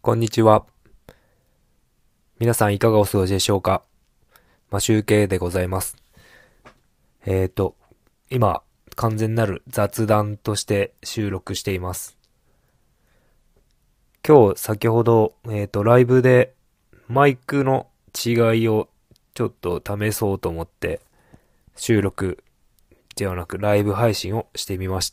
こんにちは。皆さんいかがお過ごしでしょうか。集計でございます。えーと、今、完全なる雑談として収録しています。今日、先ほど、ライブでマイクの違いをちょっと試そうと思って収録ではなくライブ配信をしてみました。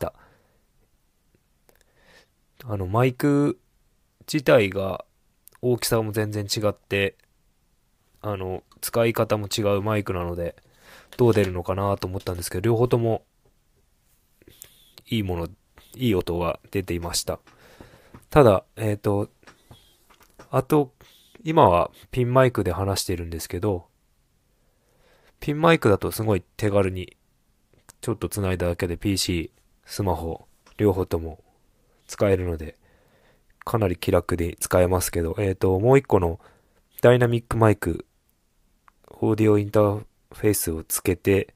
マイク自体が大きさも全然違って、使い方も違うマイクなので、どう出るのかなと思ったんですけど、両方ともいいもの、いい音が出ていました。ただ、あと、今はピンマイクで話しているんですけど、ピンマイクだとすごい手軽に、ちょっとつないだだけで PC、スマホ、両方とも使えるので、かなり気楽で使えますけど、もう一個のダイナミックマイク、オーディオインターフェースをつけて、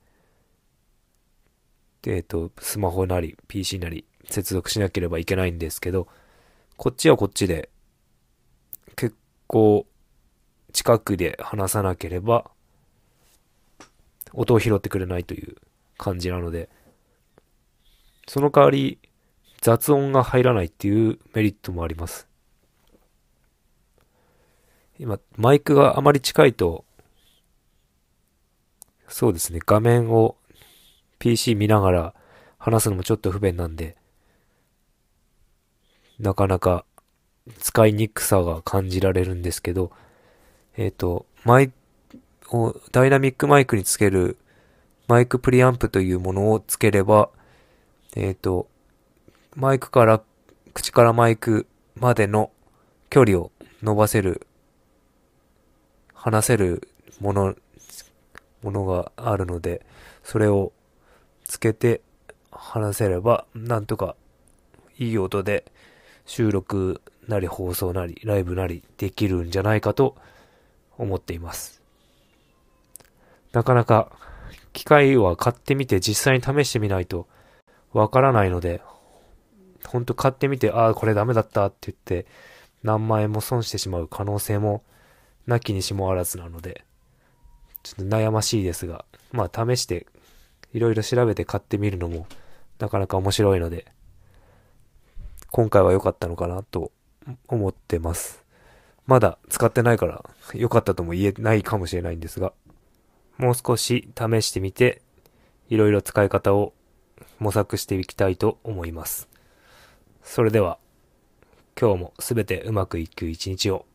スマホなり PC なり接続しなければいけないんですけど、こっちはこっちで結構近くで話さなければ音を拾ってくれないという感じなので、その代わり雑音が入らないっていうメリットもあります。今、マイクがあまり近いと、そうですね、画面を PC 見ながら話すのもちょっと不便なんで、なかなか使いにくさが感じられるんですけど、マイをダイナミックマイクにつけるマイクプリアンプというものをつければ、えっと、マイクから、口からマイクまでの距離を伸ばせる、話せるもの、ものがあるので、それをつけて話せれば、なんとかいい音で収録なり放送なりライブなりできるんじゃないかと思っています。なかなか機械は買ってみて実際に試してみないとわからないので、ほんと買ってみて、ああ、これダメだったって言って何万円も損してしまう可能性もなきにしもあらずなので、ちょっと悩ましいですが、試していろいろ調べて買ってみるのもなかなか面白いので、今回は良かったのかなと思ってます。まだ使ってないから良かったとも言えないかもしれないんですが、もう少し試してみて、いろいろ使い方を模索していきたいと思います。それでは、今日もすべてうまくいく一日を。